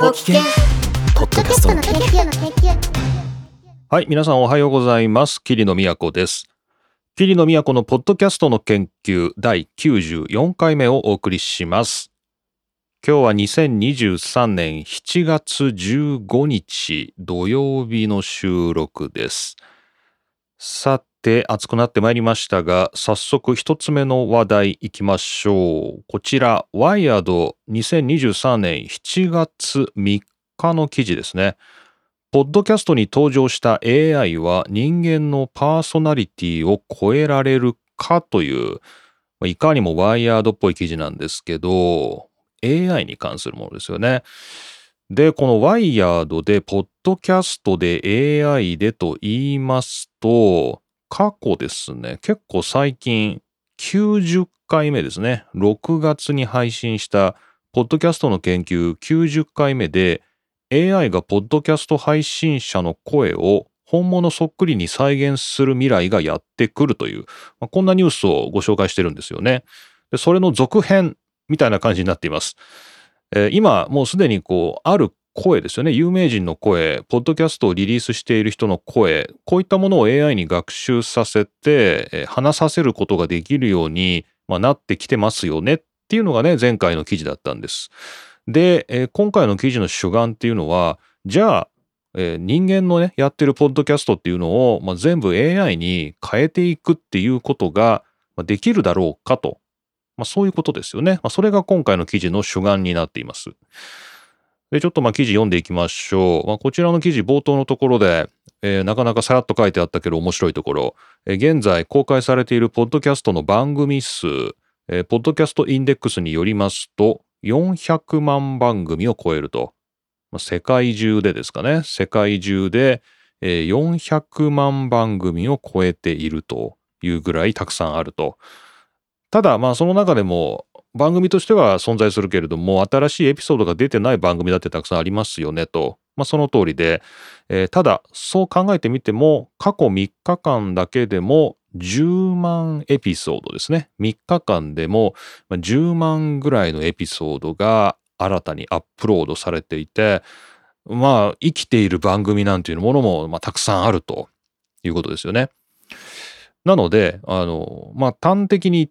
ポキケンポッドキャストの研究。 はい、皆さんおはようございます。桐野都です。桐野都のポッドキャストの研究第94回目をお送りします。今日は2023年7月15日土曜日の収録です。さて、暑くなってまいりましたが、早速一つ目の話題いきましょう。こちら、ワイヤード2023年7月3日の記事ですね。ポッドキャストに登場した AI は人間のパーソナリティを超えられるかという、いかにもワイヤードっぽい記事なんですけど、AI に関するものですよね。で、このワイヤードで、ポッドキャストで AI でと言いますと、過去ですね、結構最近90回目ですね、6月に配信したポッドキャストの研究90回目で、AI がポッドキャスト配信者の声を本物そっくりに再現する未来がやってくるという、こんなニュースをご紹介してるんですよね。で、それの続編みたいな感じになっています。今もうすでにある声ですよね。有名人の声、ポッドキャストをリリースしている人の声、こういったものを AI に学習させて、話させることができるように、なってきてますよねっていうのがね、前回の記事だったんです。で、今回の記事の主眼っていうのは、じゃあ、人間のね、やってるポッドキャストっていうのを、全部 AI に変えていくっていうことができるだろうかと。そういうことですよね。それが今回の記事の主眼になっています。で、ちょっと記事読んでいきましょう。こちらの記事冒頭のところで、なかなかさらっと書いてあったけど面白いところ、現在公開されているポッドキャストの番組数、ポッドキャストインデックスによりますと、400万番組を超えると。世界中でですかね。世界中で400万番組を超えているというぐらいたくさんあると。ただその中でも番組としては存在するけれども、新しいエピソードが出てない番組だってたくさんありますよねと。その通りで、ただそう考えてみても過去3日間だけでも10万エピソードですね。3日間でも10万ぐらいのエピソードが新たにアップロードされていて、生きている番組なんていうものもたくさんあるということですよね。なので、端的に言って、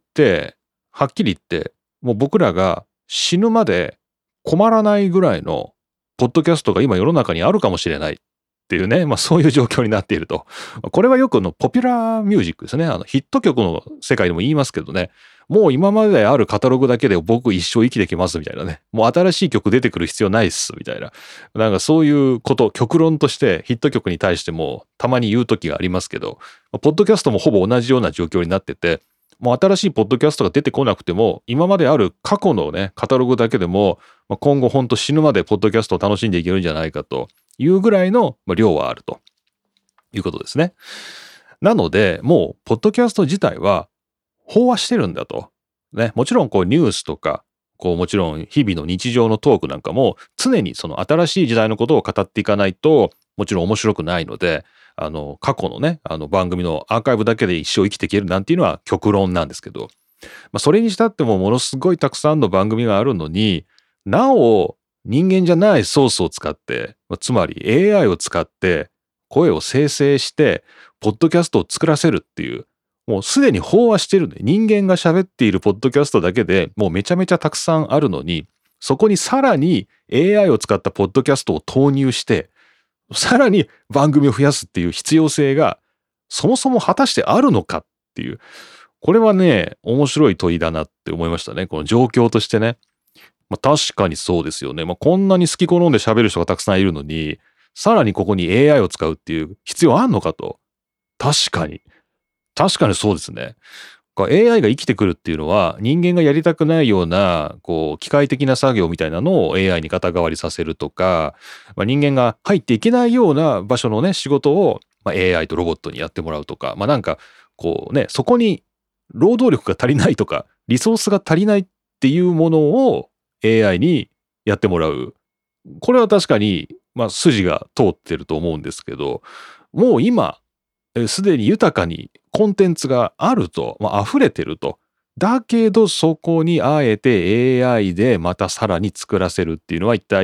はっきり言って、もう僕らが死ぬまで困らないぐらいのポッドキャストが今世の中にあるかもしれないっていうね、そういう状況になっていると。これはよくポピュラーミュージックですね。ヒット曲の世界でも言いますけどね、もう今まであるカタログだけで僕一生生きてきますみたいなね。もう新しい曲出てくる必要ないっすみたいな。なんかそういうこと、極論としてヒット曲に対してもたまに言う時がありますけど、ポッドキャストもほぼ同じような状況になってて、もう新しいポッドキャストが出てこなくても、今まである過去のね、カタログだけでも、今後ほんと死ぬまでポッドキャストを楽しんでいけるんじゃないかというぐらいの量はあるということですね。なので、もう、ポッドキャスト自体は飽和してるんだと。ね、もちろんニュースとか、もちろん日々の日常のトークなんかも常にその新しい時代のことを語っていかないと、もちろん面白くないので、過去のね、番組のアーカイブだけで一生生きていけるなんていうのは極論なんですけど、それにしたってもものすごいたくさんの番組があるのに、なお人間じゃないソースを使って、つまり AI を使って声を生成して、ポッドキャストを作らせるっていう、もうすでに飽和してるんで、人間が喋っているポッドキャストだけでもうめちゃめちゃたくさんあるのに、そこにさらに AI を使ったポッドキャストを投入して、さらに番組を増やすっていう必要性がそもそも果たしてあるのかっていう、これはね、面白い問いだなって思いましたね。この状況としてね。確かにそうですよね。こんなに好き好んで喋る人がたくさんいるのに、さらにここに AI を使うっていう必要あんのかと。確かにそうですね。AI が生きてくるっていうのは、人間がやりたくないような機械的な作業みたいなのを AI に肩代わりさせるとか、人間が入っていけないような場所のね仕事を、AI とロボットにやってもらうとか、そこに労働力が足りないとかリソースが足りないっていうものを AI にやってもらう。これは確かに筋が通ってると思うんですけど、もう今すでに豊かにコンテンツがあると、溢れてると。だけどそこにあえて AI でまたさらに作らせるっていうのは一体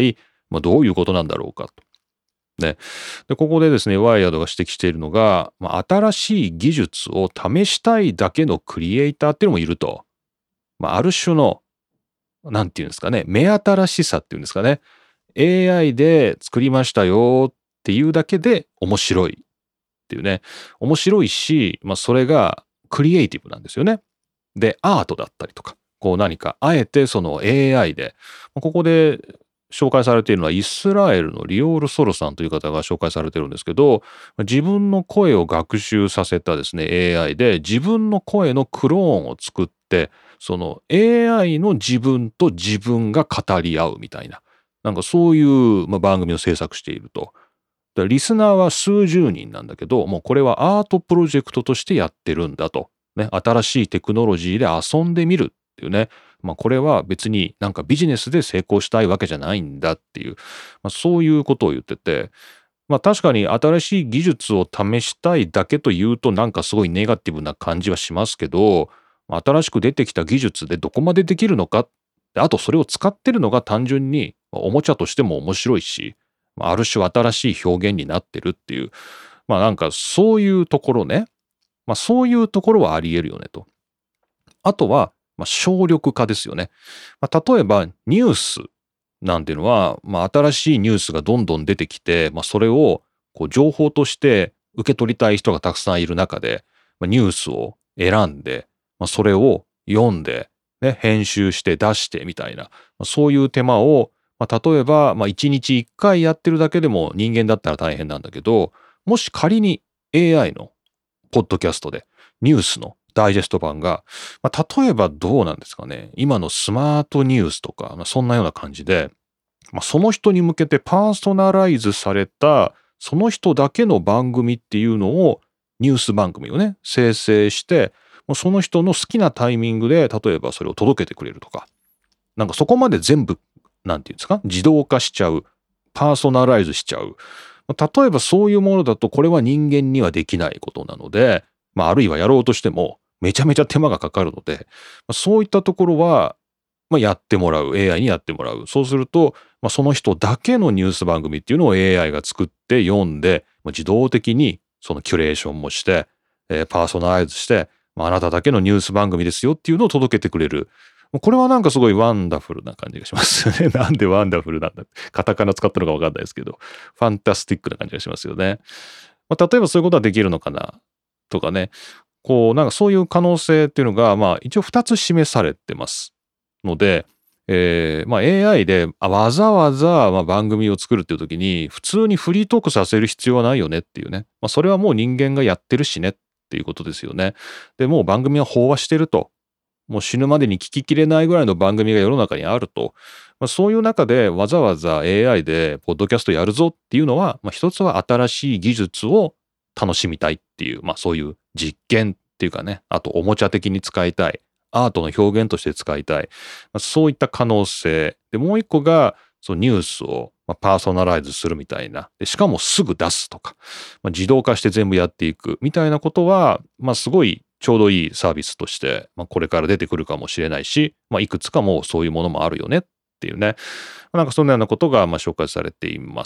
どういうことなんだろうかと。ね。で、ここでですね、ワイヤードが指摘しているのが、新しい技術を試したいだけのクリエイターっていうのもいると。ある種の、なんていうんですかね、目新しさっていうんですかね。AI で作りましたよっていうだけで面白いっていうね。面白いし、それがクリエイティブなんですよね。で、アートだったりとか、何か、あえてその AI で、ここで紹介されているのはイスラエルのリオール・ソルさんという方が紹介されてるんですけど、自分の声を学習させたですね、AI で自分の声のクローンを作って、その AI の自分と自分が語り合うみたいな、そういう番組を制作していると。リスナーは数十人なんだけど、もうこれはアートプロジェクトとしてやってるんだと。ね、新しいテクノロジーで遊んでみるっていうね。これは別にビジネスで成功したいわけじゃないんだっていう、そういうことを言ってて、確かに新しい技術を試したいだけというとすごいネガティブな感じはしますけど、新しく出てきた技術でどこまでできるのか、あとそれを使ってるのが単純におもちゃとしても面白いし、ある種新しい表現になってるっていう、そういうところね、そういうところはあり得るよねと。あとは、省力化ですよね。例えばニュースなんていうのは、新しいニュースがどんどん出てきて、それを情報として受け取りたい人がたくさんいる中で、ニュースを選んで、それを読んで、ね、編集して出してみたいな、そういう手間を、例えば、1日1回やってるだけでも人間だったら大変なんだけど、もし仮に AI のポッドキャストでニュースのダイジェスト版が、例えばどうなんですかね。今のスマートニュースとか、そんなような感じで、その人に向けてパーソナライズされた、その人だけの番組っていうのを、ニュース番組をね、生成して、その人の好きなタイミングで、例えばそれを届けてくれるとか、そこまで全部、なんていうんですか、自動化しちゃう、パーソナライズしちゃう。例えばそういうものだと、これは人間にはできないことなので、あるいはやろうとしても、めちゃめちゃ手間がかかるので、そういったところは、やってもらう。AI にやってもらう。そうすると、その人だけのニュース番組っていうのを AI が作って読んで、自動的にそのキュレーションもして、パーソナライズして、あなただけのニュース番組ですよっていうのを届けてくれる。これはすごいワンダフルな感じがしますよね。なんでワンダフルなんだ。カタカナ使ったのかわかんないですけど、ファンタスティックな感じがしますよね。例えばそういうことはできるのかなとかね。そういう可能性っていうのが、一応2つ示されてますので、AI でわざわざ番組を作るっていう時に普通にフリートークさせる必要はないよねっていうね。それはもう人間がやってるしねっていうことですよね。で、もう番組は飽和してると。もう死ぬまでに聞ききれないぐらいの番組が世の中にあると。そういう中でわざわざ AI でポッドキャストやるぞっていうのは、一つは新しい技術を楽しみたいっていう、そういう実験っていうかね、あとおもちゃ的に使いたい。アートの表現として使いたい。そういった可能性。で、もう一個が、そのニュースをパーソナライズするみたいな。でしかもすぐ出すとか、自動化して全部やっていくみたいなことは、すごいちょうどいいサービスとして、これから出てくるかもしれないし、いくつかもうそういうものもあるよねっていうね。そんなようなことが紹介されています。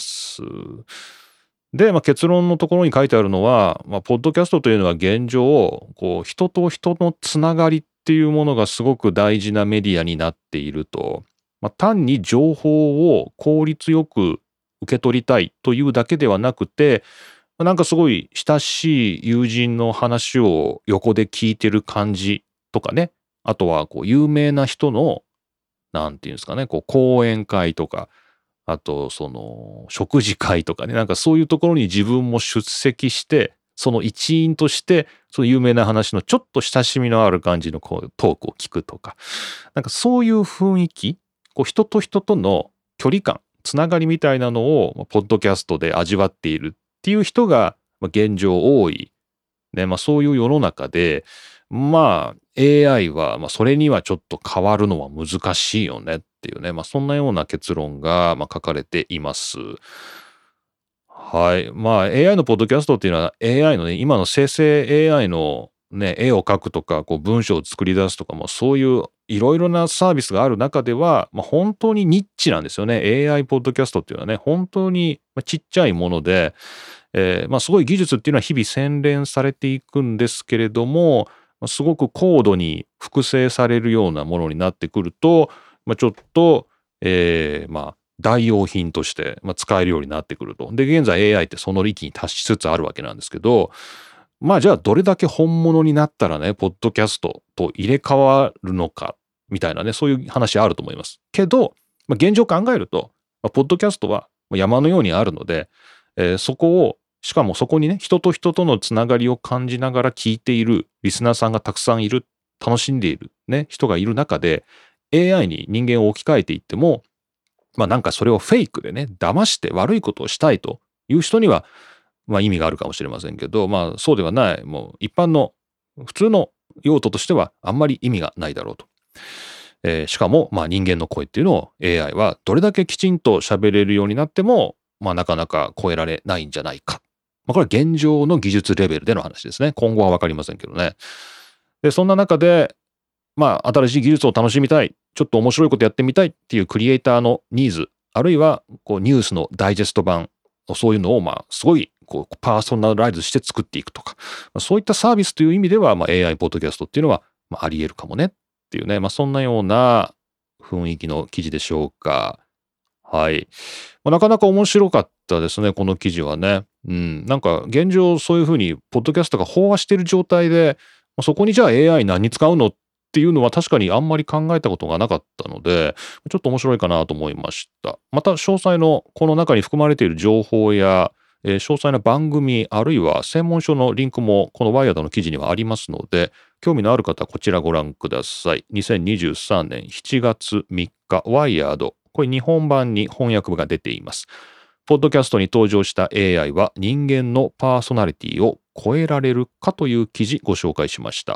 で、結論のところに書いてあるのは、ポッドキャストというのは現状、人と人のつながりっていうものがすごく大事なメディアになっていると。単に情報を効率よく受け取りたいというだけではなくて、すごい親しい友人の話を横で聞いてる感じとかね。あとは有名な人の、なんていうんですかね、講演会とか、あとその食事会とかね、そういうところに自分も出席して、その一員として、その有名な話のちょっと親しみのある感じのトークを聞くとか、そういう雰囲気、人と人との距離感、つながりみたいなのを、ポッドキャストで味わっているっていう人が、現状多い。ね、そういう世の中で、AI は、それにはちょっと変わるのは難しいよねっていうね、そんなような結論が、書かれています。はい。AI のポッドキャストっていうのは AI のね、今の生成 AI のね、絵を描くとか、文章を作り出すとかも、そういういろいろなサービスがある中では、本当にニッチなんですよね。AI ポッドキャストっていうのはね、本当にちっちゃいもので、すごい技術っていうのは日々洗練されていくんですけれども、すごく高度に複製されるようなものになってくると、ちょっと、代用品として、使えるようになってくると。で、現在 AI ってその域に達しつつあるわけなんですけど、じゃあどれだけ本物になったらね、ポッドキャストと入れ替わるのか、みたいなね、そういう話あると思います。けど、現状考えると、ポッドキャストは山のようにあるので、そこを、しかもそこにね、人と人とのつながりを感じながら聞いているリスナーさんがたくさんいる、楽しんでいるね、人がいる中で、AI に人間を置き換えていっても、なんかそれをフェイクでね、騙して悪いことをしたいという人には、意味があるかもしれませんけど、そうではない、もう一般の普通の用途としてはあんまり意味がないだろうと。しかも、人間の声っていうのを AI はどれだけきちんと喋れるようになっても、なかなか超えられないんじゃないか。これは現状の技術レベルでの話ですね。今後はわかりませんけどね。で、そんな中で、新しい技術を楽しみたい、ちょっと面白いことやってみたいっていうクリエイターのニーズ、あるいはニュースのダイジェスト版、そういうのをすごいパーソナライズして作っていくとか、そういったサービスという意味では、AI ポッドキャストっていうのは、あり得るかもねっていうね、そんなような雰囲気の記事でしょうか。はい。なかなか面白かったですね、この記事はね。なんか現状そういうふうに、ポッドキャストが飽和している状態で、そこにじゃあ AI 何に使うのっていうのは確かにあんまり考えたことがなかったので、ちょっと面白いかなと思いました。また詳細のこの中に含まれている情報や、詳細な番組あるいは専門書のリンクもこのワイヤードの記事にはありますので、興味のある方はこちらご覧ください。2023年7月3日ワイヤード。これ日本版に翻訳部が出ています。ポッドキャストに登場した AI は人間のパーソナリティを超えられるかという記事ご紹介しました。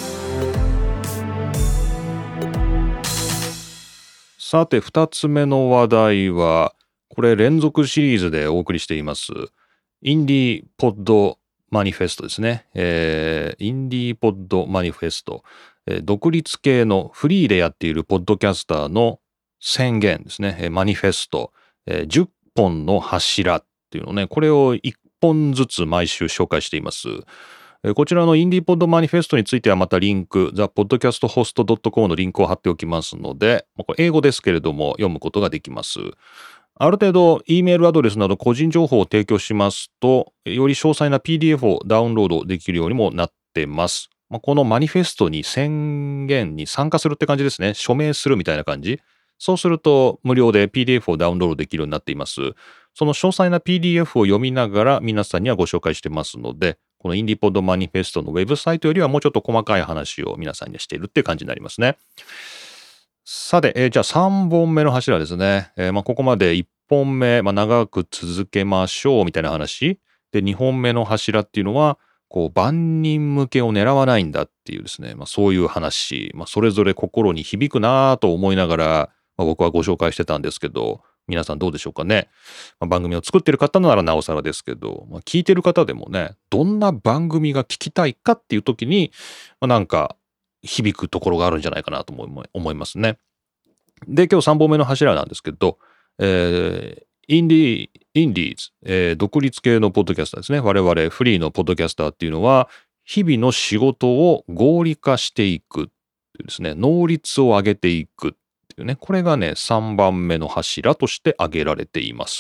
さて2つ目の話題は、これ連続シリーズでお送りしていますインディーポッドマニフェストですね。インディーポッドマニフェスト、独立系のフリーでやっているポッドキャスターの宣言ですね。マニフェスト、10本の柱っていうのね、これを1本ずつ毎週紹介しています。こちらのインディーポッドマニフェストについてはまたリンク、thepodcasthost.com のリンクを貼っておきますので、これ英語ですけれども読むことができます。ある程度 E メールアドレスなど個人情報を提供しますと、より詳細な PDF をダウンロードできるようにもなってます。このマニフェストに宣言に参加するって感じですね。署名するみたいな感じ。そうすると無料で PDF をダウンロードできるようになっています。その詳細な PDF を読みながら皆さんにはご紹介してますので、このインディポッドマニフェストのウェブサイトよりはもうちょっと細かい話を皆さんにしているっていう感じになりますね。さて、じゃあ3本目の柱ですね。ここまで1本目、長く続けましょうみたいな話。で、2本目の柱っていうのは、万人向けを狙わないんだっていうですね、そういう話、それぞれ心に響くなぁと思いながら、僕はご紹介してたんですけど、皆さんどうでしょうかね。番組を作ってる方ならなおさらですけど、聞いてる方でもね、どんな番組が聞きたいかっていう時に、なんか響くところがあるんじゃないかなと思いますね。で、今日3本目の柱なんですけど、インディーズ、独立系のポッドキャスターですね。我々フリーのポッドキャスターっていうのは、日々の仕事を合理化していくっていうですね、能率を上げていくっていうね、これがね、3番目の柱として挙げられています。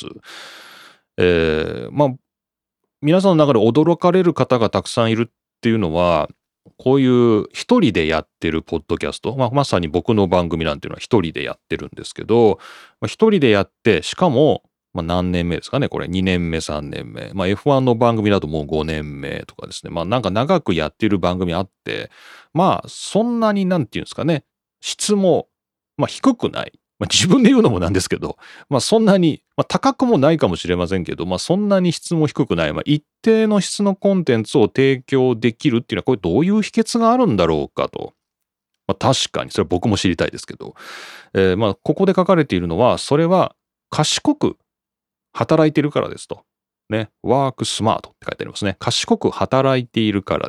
皆さんの中で驚かれる方がたくさんいるっていうのは、こういう一人でやってるポッドキャスト、まさに僕の番組なんていうのは一人でやってるんですけど、一人でやって、しかも、何年目ですかね、これ2年目、3年目。F1 の番組だともう5年目とかですね。なんか長くやってる番組あって、そんなになんていうんですかね、質も、低くない。自分で言うのもなんですけど、そんなに、高くもないかもしれませんけど、そんなに質も低くない、一定の質のコンテンツを提供できるっていうのは、これどういう秘訣があるんだろうかと。確かに、それは僕も知りたいですけど、ここで書かれているのは、それは賢く働いているからですと。ね、ワークスマートって書いてありますね。賢く働いているからですっ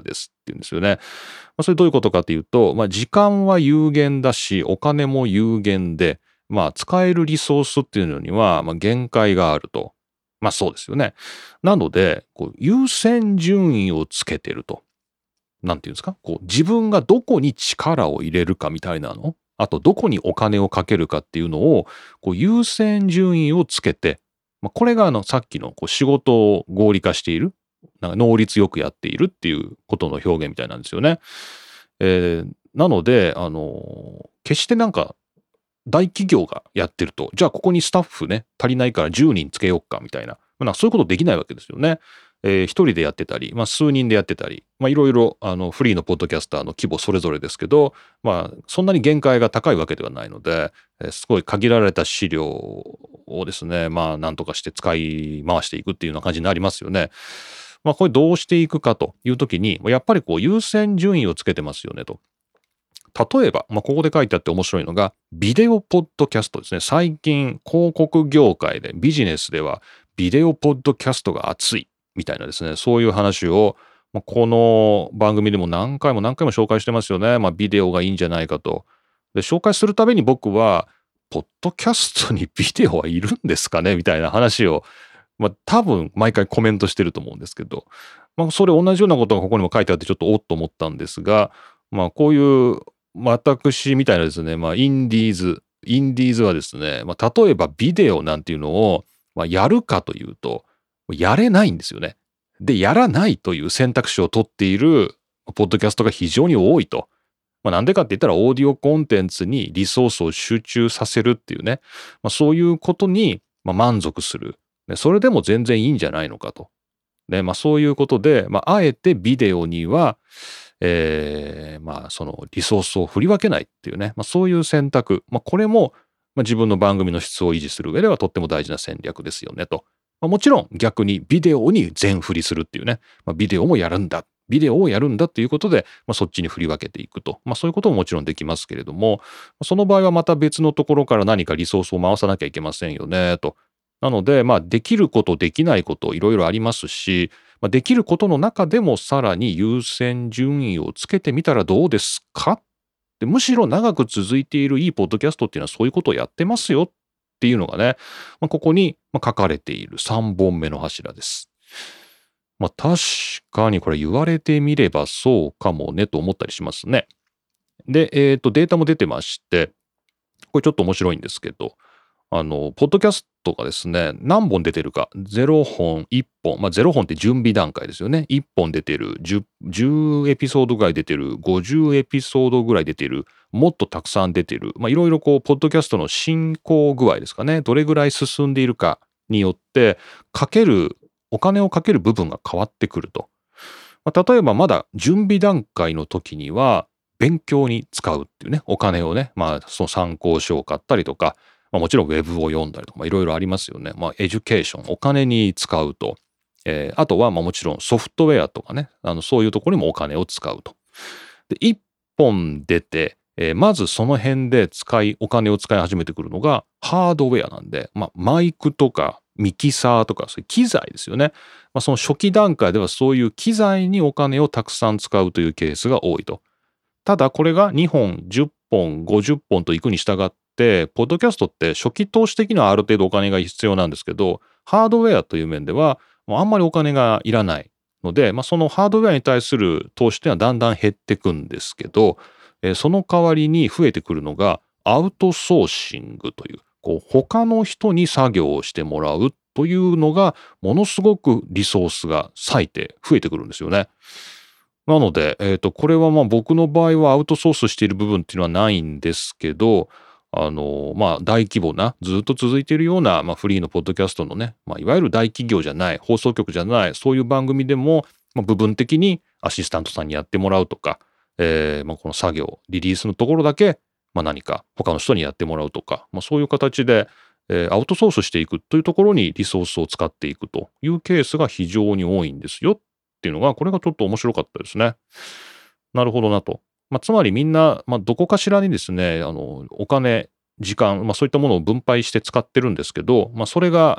っていうんですよね。それどういうことかというと、時間は有限だし、お金も有限で、使えるリソースっていうのには、限界があると。そうですよね。なので、優先順位をつけてると。なんていうんですか、自分がどこに力を入れるかみたいなの、あとどこにお金をかけるかっていうのを、優先順位をつけて、これがさっきの仕事を合理化している、なんか能率よくやっているっていうことの表現みたいなんですよね。なので、決してなんか大企業がやってると、じゃあここにスタッフね、足りないから10人つけようかみたいな、そういうことできないわけですよね。一人でやってたり、数人でやってたり、いろいろフリーのポッドキャスターの規模それぞれですけど、そんなに限界が高いわけではないので、すごい限られた資料をですね、なんとかして使い回していくっていうような感じになりますよね。これどうしていくかというときに、やっぱり優先順位をつけてますよねと。例えば、ここで書いてあって面白いのが、ビデオポッドキャストですね。最近、広告業界で、ビジネスでは、ビデオポッドキャストが熱い、みたいなですね、そういう話を、この番組でも何回も紹介してますよね。ビデオがいいんじゃないかと。で、紹介するたびに僕は、ポッドキャストにビデオはいるんですかねみたいな話を、多分、毎回コメントしてると思うんですけど、それ同じようなことがここにも書いてあって、ちょっとおっと思ったんですが、こういう私みたいなですね、インディーズはですね、例えばビデオなんていうのを、やるかというと、やれないんですよね。で、やらないという選択肢を取っているポッドキャストが非常に多いと。なんでかって言ったら、オーディオコンテンツにリソースを集中させるっていうね、そういうことに満足する。それでも全然いいんじゃないのかと。そういうことで、あえてビデオには、そのリソースを振り分けないっていうね、そういう選択、これも、自分の番組の質を維持する上ではとっても大事な戦略ですよねと。もちろん逆にビデオに全振りするっていうね、ビデオもやるんだ。ビデオをやるんだっていうことで、そっちに振り分けていくと。そういうことももちろんできますけれども、その場合はまた別のところから何かリソースを回さなきゃいけませんよねと。なので、できること、できないこと、いろいろありますし、できることの中でもさらに優先順位をつけてみたらどうですか？で、むしろ長く続いているいいポッドキャストっていうのはそういうことをやってますよっていうのがね、ここに書かれている3本目の柱です。確かにこれ言われてみればそうかもねと思ったりしますね。で、データも出てまして、これちょっと面白いんですけど、ポッドキャストがですね、何本出てるか、0本、1本、0本って準備段階ですよね。1本出てる、10エピソードぐらい出てる、50エピソードぐらい出てる、もっとたくさん出てる、いろいろポッドキャストの進行具合ですかね、どれぐらい進んでいるかによって、お金をかける部分が変わってくると。例えばまだ準備段階の時には、勉強に使うっていうね、お金をね、その参考書を買ったりとか、もちろんウェブを読んだりとか、いろいろありますよね。エデュケーション、お金に使うと。あとはもちろんソフトウェアとかね、そういうところにもお金を使うと。で、一本出て、まずその辺でお金を使い始めてくるのがハードウェアなんで、マイクとかミキサーとかそういう機材ですよね。その初期段階ではそういう機材にお金をたくさん使うというケースが多いと。ただこれが2本、10本、50本といくに従って、ポッドキャストって初期投資的にはある程度お金が必要なんですけど、ハードウェアという面ではもうあんまりお金がいらないので、そのハードウェアに対する投資っていうのはだんだん減ってくんですけど、その代わりに増えてくるのがアウトソーシングという、他の人に作業をしてもらうというのがものすごくリソースが割いて増えてくるんですよね。なので、これは僕の場合はアウトソースしている部分っていうのはないんですけど、大規模な、ずっと続いているような、フリーのポッドキャストのね、いわゆる大企業じゃない、放送局じゃない、そういう番組でも、部分的にアシスタントさんにやってもらうとか、この作業、リリースのところだけ、何か他の人にやってもらうとか、そういう形で、アウトソースしていくというところにリソースを使っていくというケースが非常に多いんですよっていうのが、これがちょっと面白かったですね。なるほどなと。つまりみんな、どこかしらにですね、お金、時間、そういったものを分配して使ってるんですけど、それが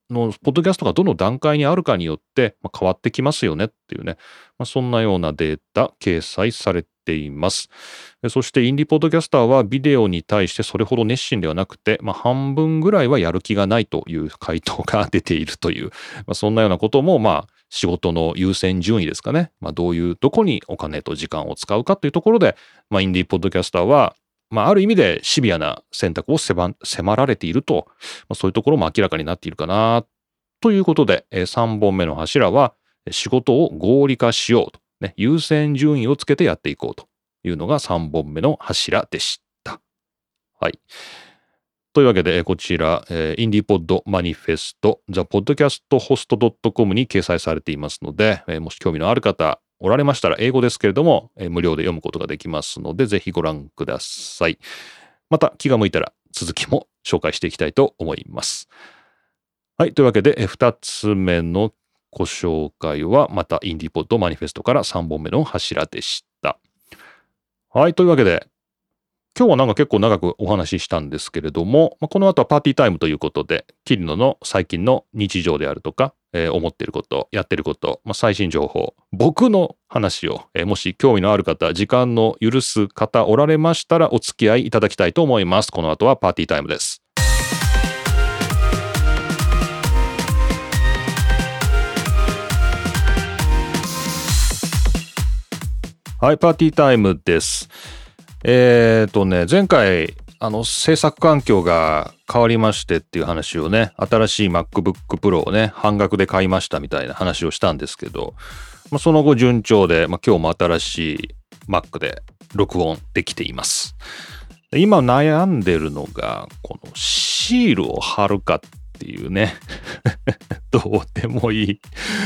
のポッドキャストがどの段階にあるかによって、変わってきますよねっていうね、そんなようなデータ掲載されています。そしてインディポッドキャスターはビデオに対してそれほど熱心ではなくて、半分ぐらいはやる気がないという回答が出ているという、そんなようなことも仕事の優先順位ですかね、どこにお金と時間を使うかというところで、インディポッドキャスターはある意味でシビアな選択を迫られていると、そういうところも明らかになっているかなということで、3本目の柱は仕事を合理化しようと、優先順位をつけてやっていこうというのが3本目の柱でした。はい。というわけで、こちら、インディポッドマニフェスト、thepodcasthost.com に掲載されていますので、もし興味のある方、おられましたら英語ですけれども、無料で読むことができますので、ぜひご覧ください。また気が向いたら続きも紹介していきたいと思います。はい。というわけで、2つ目のご紹介は、またインディポッドマニフェストから3本目の柱でした。はい。というわけで、今日は結構長くお話ししたんですけれども、この後はパーティータイムということで、キリノの最近の日常であるとか、思っていること、やってること、最新情報、僕の話を、もし興味のある方、時間の許す方おられましたらお付き合いいただきたいと思います。この後はパーティータイムです。はい、パーティータイムです。前回、制作環境が変わりましてっていう話をね、新しい MacBook Pro をね、半額で買いましたみたいな話をしたんですけど、その後順調で、今日も新しい Mac で録音できています。今悩んでるのが、このシールを貼るかっていうね、どうでもい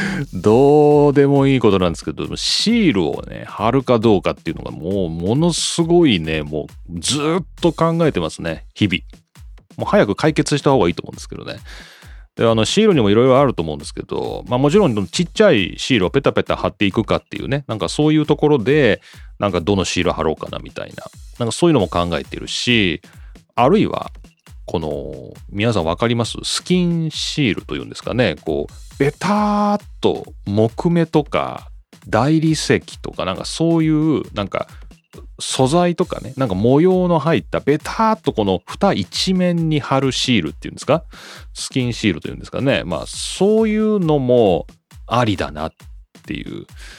いことなんですけど、シールをね、貼るかどうかっていうのがものすごいね、もうずっと考えてますね、日々。もう早く解決した方がいいと思うんですけどね。で、シールにもいろいろあると思うんですけど、もちろんちっちゃいシールをペタペタ貼っていくかっていうね、そういうところで、どのシール貼ろうかなみたいな、そういうのも考えてるし、あるいは、この皆さんわかります？スキンシールというんですかね。ベターっと木目とか大理石とかそういう素材とかね、模様の入ったベターっとこの蓋一面に貼るシールっていうんですか？スキンシールというんですかね。そういうのもありだなっていう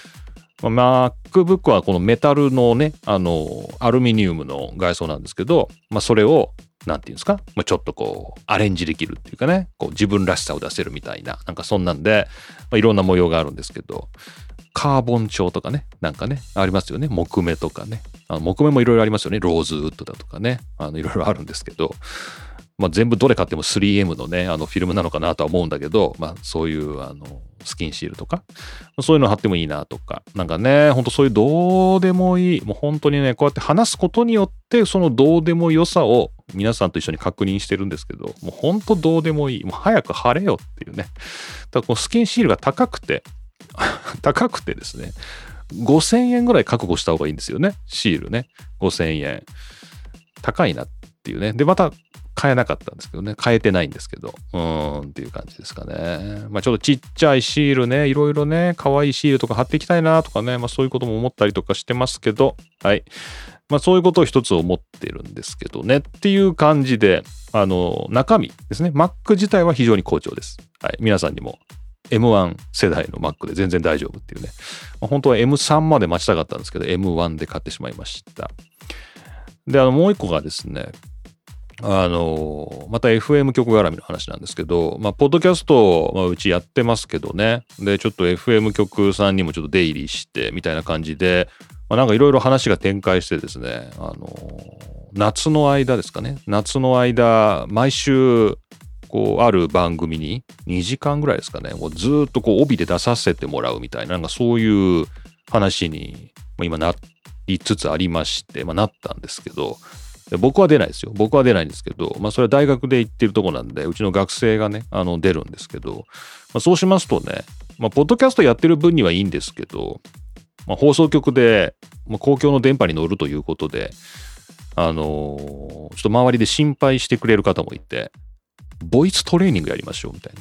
。MacBook はこのメタルのね、アルミニウムの外装なんですけど、それをなんていうんですか、ちょっとアレンジできるっていうかね、自分らしさを出せるみたいな、そんなんで、いろんな模様があるんですけど、カーボン調とかね、ありますよね。木目とかね。木目もいろいろありますよね。ローズウッドだとかね。いろいろあるんですけど、全部どれ買っても 3M のね、フィルムなのかなとは思うんだけど、そういう、スキンシールとか、そういうの貼ってもいいなとか、ほんとそういうどうでもいい、もう本当にね、こうやって話すことによって、そのどうでも良さを皆さんと一緒に確認してるんですけど、もう本当どうでもいい。もう早く貼れよっていうね。ただこのスキンシールが高くてですね、5000円ぐらい覚悟した方がいいんですよね。シールね。5000円。高いなっていうね。で、また買えなかったんですけどね。買えてないんですけど。っていう感じですかね。ちょっとちっちゃいシールね、いろいろね、可愛いシールとか貼っていきたいなとかね、そういうことも思ったりとかしてますけど、はい。そういうことを一つ思ってるんですけどね。っていう感じで、中身ですね。Mac 自体は非常に好調です。はい。皆さんにもM1 世代の Mac で全然大丈夫っていうね。本当は M3 まで待ちたかったんですけど、M1 で買ってしまいました。で、もう一個がですね、また FM 局絡みの話なんですけど、ポッドキャスト、うちやってますけどね。で、ちょっと FM 局さんにもちょっと出入りして、みたいな感じで、いろいろ話が展開してですね、夏の間ですかね。夏の間、毎週、ある番組に2時間ぐらいですかね、ずっと帯で出させてもらうみたいな、そういう話に今なりつつありまして、なったんですけど、僕は出ないですよ。僕は出ないんですけど、それは大学で行ってるとこなんで、うちの学生がね、出るんですけど、そうしますとね、ポッドキャストやってる分にはいいんですけど、放送局で、公共の電波に乗るということで、ちょっと周りで心配してくれる方もいて、ボイストレーニングやりましょうみたいな。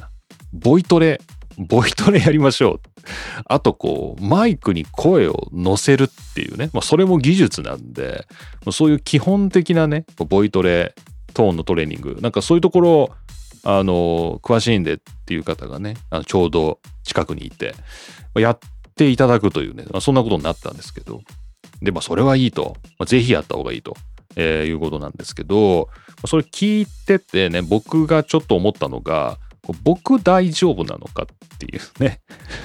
ボイトレやりましょう。あとマイクに声を乗せるっていうね、それも技術なんで、そういう基本的なね、ボイトレ、トーンのトレーニング、なんかそういうところ詳しいんでっていう方がね、ちょうど近くにいて、やっていただくというね、そんなことになったんですけど、で、それはいいと、ぜひやった方がいいと、いうことなんですけど、それ聞いててね、僕がちょっと思ったのが、僕大丈夫なのかっていうね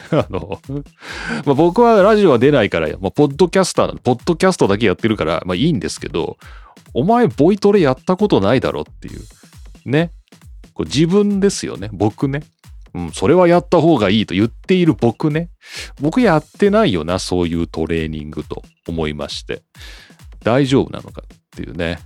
僕はラジオは出ないから、ポッドキャストだけやってるから、いいんですけど、お前ボイトレやったことないだろっていうね、自分ですよね、僕ね、それはやった方がいいと言っている僕ね、僕やってないよな、そういうトレーニングと思いまして、大丈夫なのかっていうね、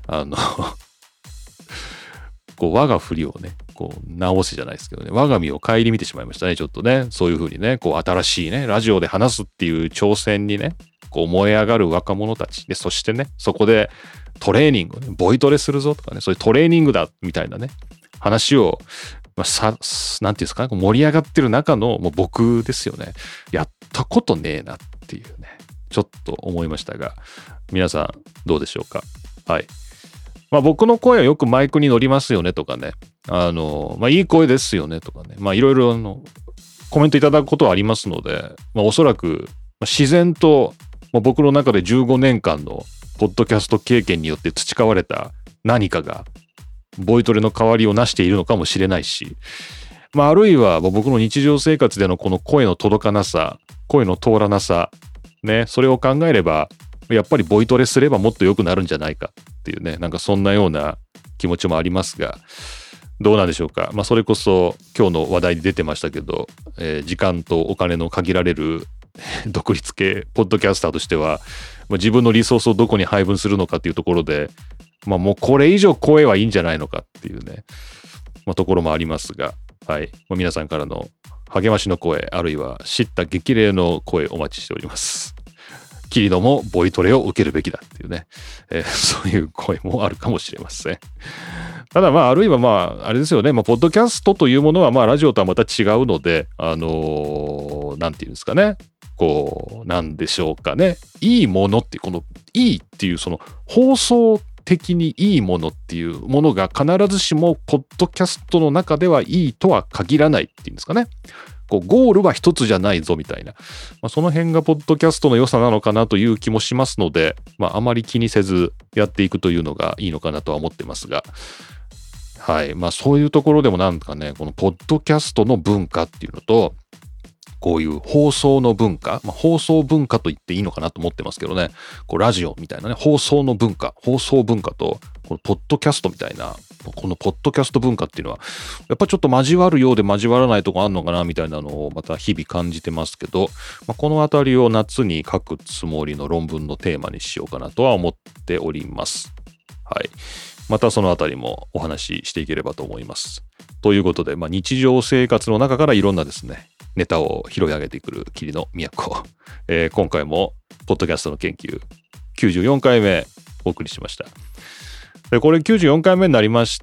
我が振りをね、直すじゃないですけどね、我が身を顧みてしまいましたね、ちょっとね、そういう風にね、新しいね、ラジオで話すっていう挑戦にね、燃え上がる若者たちで、そしてね、そこでトレーニング、ボイトレするぞとかね、そういうトレーニングだみたいなね、話を、なんていうんですか、盛り上がってる中のもう僕ですよね、やったことねえなっていうね、ちょっと思いましたが、皆さんどうでしょうか。はい。僕の声はよくマイクに乗りますよねとかね、いい声ですよねとかね、いろいろコメントいただくことはありますので、おそらく自然と僕の中で15年間のポッドキャスト経験によって培われた何かがボイトレの代わりをなしているのかもしれないし、あるいは僕の日常生活でのこの声の届かなさ、声の通らなさ、ね、それを考えれば、やっぱりボイトレすればもっと良くなるんじゃないかっていうね、なんかそんなような気持ちもありますが、どうなんでしょうか。それこそ今日の話題に出てましたけど、時間とお金の限られる独立系ポッドキャスターとしては、自分のリソースをどこに配分するのかっていうところで、もうこれ以上声はいいんじゃないのかっていうね、ところもありますが、はい。皆さんからの励ましの声、あるいは叱咤激励の声お待ちしております。キリノもボイトレを受けるべきだっていうね、そういう声もあるかもしれません。ただあるいはあれですよね、ポッドキャストというものはラジオとはまた違うので、なんていうんですかね、なんでしょうかね、いいものっていう、このいいっていうその放送的にいいものっていうものが必ずしもポッドキャストの中ではいいとは限らないっていうんですかね。ゴールは一つじゃないぞみたいな、その辺がポッドキャストの良さなのかなという気もしますので、あまり気にせずやっていくというのがいいのかなとは思ってますが、はい、そういうところでもなんかね、このポッドキャストの文化っていうのと、こういう放送の文化、放送文化と言っていいのかなと思ってますけどね、ラジオみたいなね、放送文化と、このポッドキャストみたいな、このポッドキャスト文化っていうのは、やっぱちょっと交わるようで交わらないとこあるのかなみたいなのをまた日々感じてますけど、このあたりを夏に書くつもりの論文のテーマにしようかなとは思っております。はい。またそのあたりもお話ししていければと思います。ということで、日常生活の中からいろんなですね、ネタを拾い上げてくる霧の都。今回もポッドキャストの研究94回目お送りしました。でこれ94回目になりまして、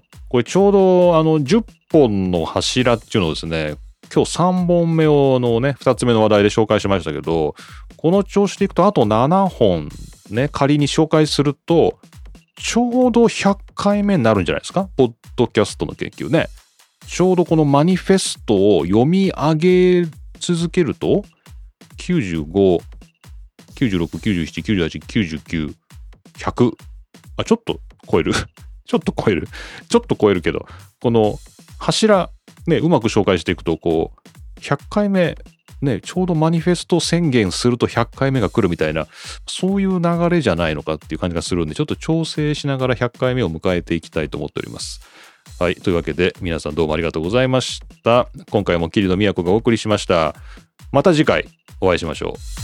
これちょうど10本の柱っていうのをですね、今日3本目をね、2つ目の話題で紹介しましたけど、この調子でいくとあと7本ね、仮に紹介すると、ちょうど100回目になるんじゃないですか、ポッドキャストの研究ね。ちょうどこのマニフェストを読み上げ続けると、95、96、97、98、99、100。ちょっと超える。ちょっと超えるけど、この柱、ね、うまく紹介していくと、100回目、ね、ちょうどマニフェスト宣言すると100回目が来るみたいな、そういう流れじゃないのかっていう感じがするんで、ちょっと調整しながら100回目を迎えていきたいと思っております。はい。というわけで、皆さんどうもありがとうございました。今回も桐野都がお送りしました。また次回お会いしましょう。